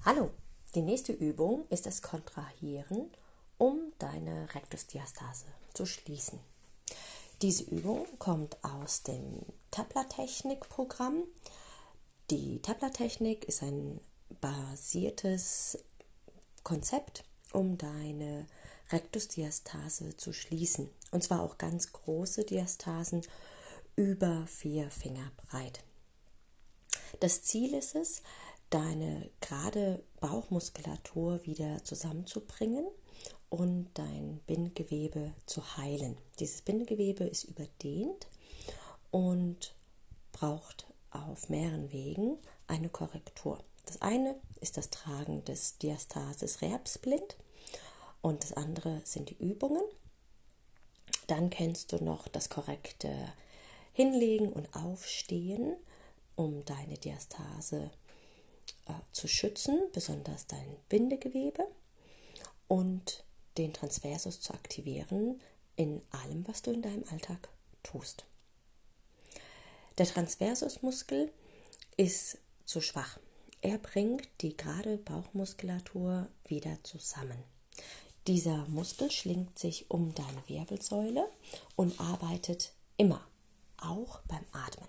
Hallo, die nächste Übung ist das Kontrahieren, um deine Rektusdiastase zu schließen. Diese Übung kommt aus dem Tapler-Technik-Programm. Die Tapler-Technik ist ein basiertes Konzept, um deine Rektusdiastase zu schließen. Und zwar auch ganz große Diastasen über 4 Finger breit. Das Ziel ist es, deine gerade Bauchmuskulatur wieder zusammenzubringen und dein Bindegewebe zu heilen. Dieses Bindegewebe ist überdehnt und braucht auf mehreren Wegen eine Korrektur. Das eine ist das Tragen des Diastasis Rehabsplint und das andere sind die Übungen. Dann kennst du noch das korrekte Hinlegen und Aufstehen, um deine Diastase zu schützen, besonders dein Bindegewebe, und den Transversus zu aktivieren in allem, was du in deinem Alltag tust. Der Transversusmuskel ist zu schwach. Er bringt die gerade Bauchmuskulatur wieder zusammen. Dieser Muskel schlingt sich um deine Wirbelsäule und arbeitet immer, auch beim Atmen.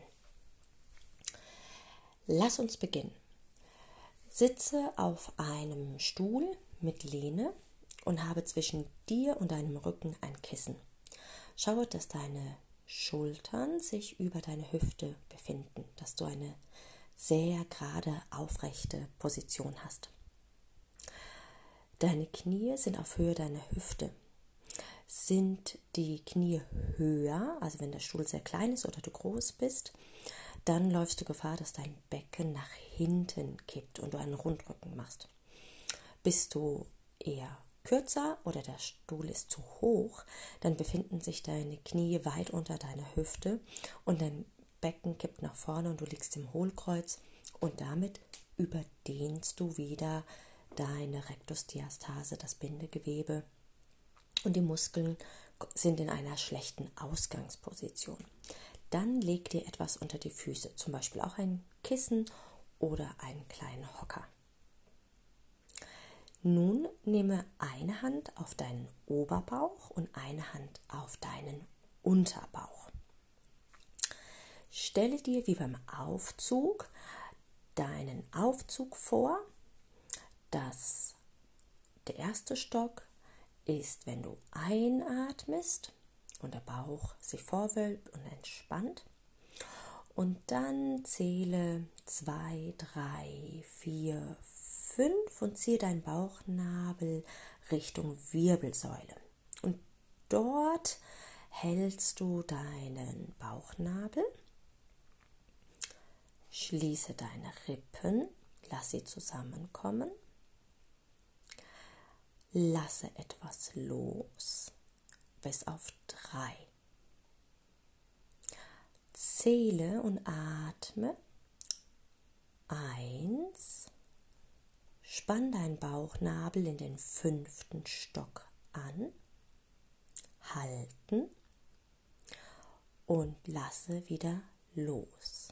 Lass uns beginnen. Sitze auf einem Stuhl mit Lehne und habe zwischen dir und deinem Rücken ein Kissen. Schaue, dass deine Schultern sich über deine Hüfte befinden, dass du eine sehr gerade aufrechte Position hast. Deine Knie sind auf Höhe deiner Hüfte. Sind die Knie höher, also wenn der Stuhl sehr klein ist oder du groß bist, dann läufst du Gefahr, dass dein Becken nach hinten kippt und du einen Rundrücken machst. Bist du eher kürzer oder der Stuhl ist zu hoch, dann befinden sich deine Knie weit unter deiner Hüfte und dein Becken kippt nach vorne und du liegst im Hohlkreuz und damit überdehnst du wieder deine Rektusdiastase, das Bindegewebe, und die Muskeln sind in einer schlechten Ausgangsposition. Dann leg dir etwas unter die Füße, zum Beispiel auch ein Kissen oder einen kleinen Hocker. Nun nehme eine Hand auf deinen Oberbauch und eine Hand auf deinen Unterbauch. Stelle dir wie beim Aufzug deinen Aufzug vor. Der erste Stock ist, wenn du einatmest und der Bauch sich vorwölbt und entspannt. Und dann zähle 2, 3, 4, 5 und ziehe deinen Bauchnabel Richtung Wirbelsäule. Und dort hältst du deinen Bauchnabel, schließe deine Rippen, lass sie zusammenkommen. Lasse etwas los, bis auf 3. Zähle und atme. 1. Spann deinen Bauchnabel in den 5. Stock an. Halten. Und lasse wieder los.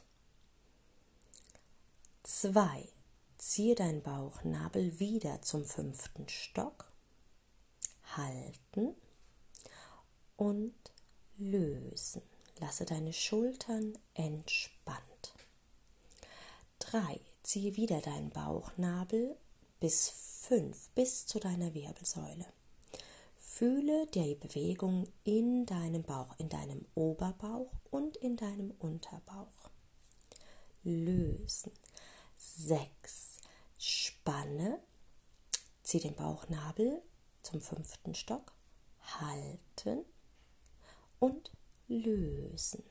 2. Ziehe deinen Bauchnabel wieder zum 5. Stock. Halten und lösen. Lasse deine Schultern entspannt. 3. Ziehe wieder deinen Bauchnabel bis 5, bis zu deiner Wirbelsäule. Fühle die Bewegung in deinem Bauch, in deinem Oberbauch und in deinem Unterbauch. Lösen. 6. Spanne. Ziehe den Bauchnabel zum 5. Stock, halten und lösen.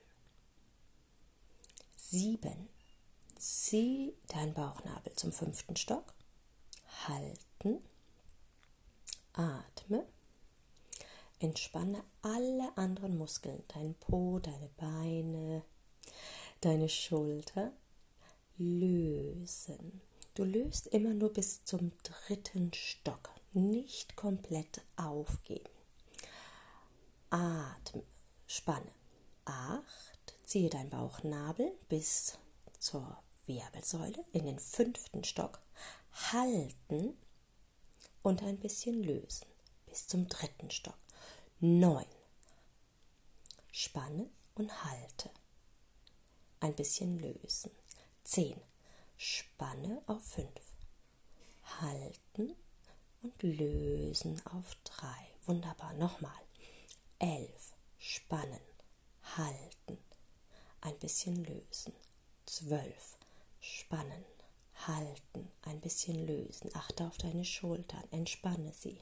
7. Zieh deinen Bauchnabel zum 5. Stock, halten, atme, entspanne alle anderen Muskeln, dein Po, deine Beine, deine Schulter, lösen. Du löst immer nur bis zum 3. Stock. Nicht komplett aufgeben. Atme, spanne. 8. Ziehe deinen Bauchnabel bis zur Wirbelsäule in den 5. Stock, halten und ein bisschen lösen bis zum 3. Stock. 9. Spanne und halte. Ein bisschen lösen. 10. Spanne auf 5. Halten und lösen auf 3. Wunderbar. Nochmal. 11. Spannen. Halten. Ein bisschen lösen. 12. Spannen. Halten. Ein bisschen lösen. Achte auf deine Schultern. Entspanne sie.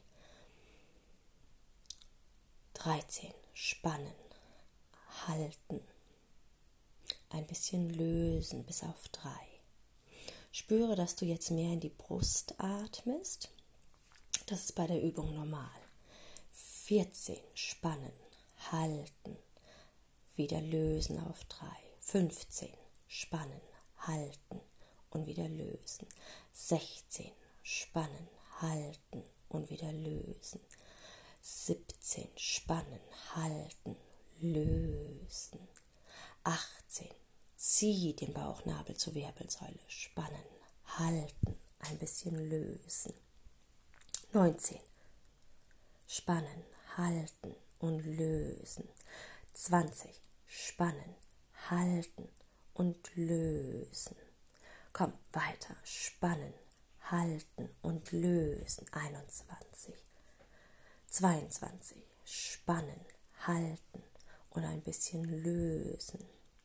13. Spannen. Halten. Ein bisschen lösen bis auf 3. Spüre, dass du jetzt mehr in die Brust atmest. Das ist bei der Übung normal. 14. Spannen. Halten. Wieder lösen auf 3. 15. Spannen. Halten. Und wieder lösen. 16. Spannen. Halten. Und wieder lösen. 17. Spannen. Halten. Lösen. 18. Zieh den Bauchnabel zur Wirbelsäule. Spannen. Halten. Ein bisschen lösen. 19. Spannen. Halten. Und lösen. 20. Spannen. Halten. Und lösen. Komm, weiter. Spannen. Halten. Und lösen. 21. 22. Spannen. Halten. Und ein bisschen lösen.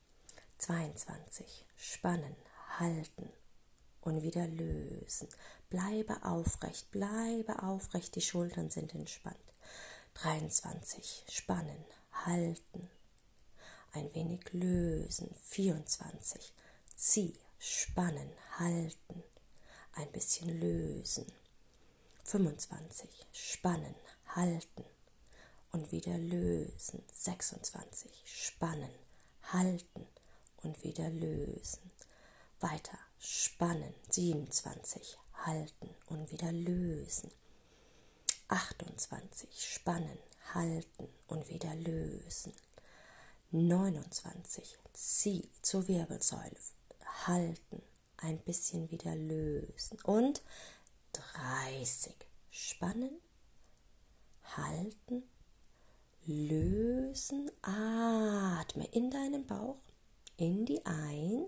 22. Spannen, halten und wieder lösen. Bleibe aufrecht, die Schultern sind entspannt. 23. Spannen, halten, ein wenig lösen. 24. Zieh, spannen, halten, ein bisschen lösen. 25. Spannen, halten und wieder lösen. 26. Spannen, halten und wieder lösen. Weiter spannen. 27. Halten und wieder lösen. 28. Spannen, halten und wieder lösen. 29. Zieh zur Wirbelsäule. Halten, ein bisschen wieder lösen. Und 30. Spannen, halten, lösen, atme in deinen Bauch, in die 1,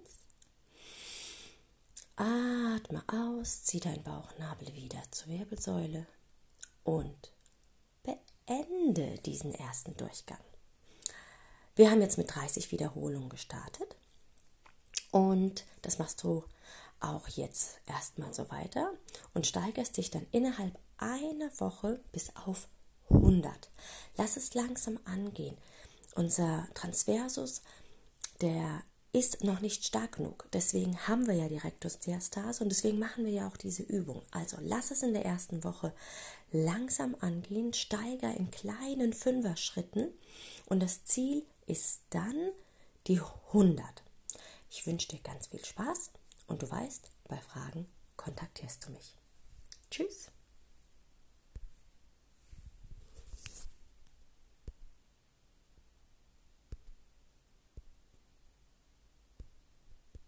atme aus, zieh deinen Bauchnabel wieder zur Wirbelsäule und beende diesen ersten Durchgang. Wir haben jetzt mit 30 Wiederholungen gestartet und das machst du auch jetzt erstmal so weiter und steigerst dich dann innerhalb einer Woche bis auf 100. Lass es langsam angehen. Unser Transversus, der ist noch nicht stark genug. Deswegen haben wir ja die Rektusdiastase und deswegen machen wir ja auch diese Übung. Also lass es in der ersten Woche langsam angehen, steiger in kleinen 5er-Schritten und das Ziel ist dann die 100. Ich wünsche dir ganz viel Spaß und du weißt, bei Fragen kontaktierst du mich. Tschüss.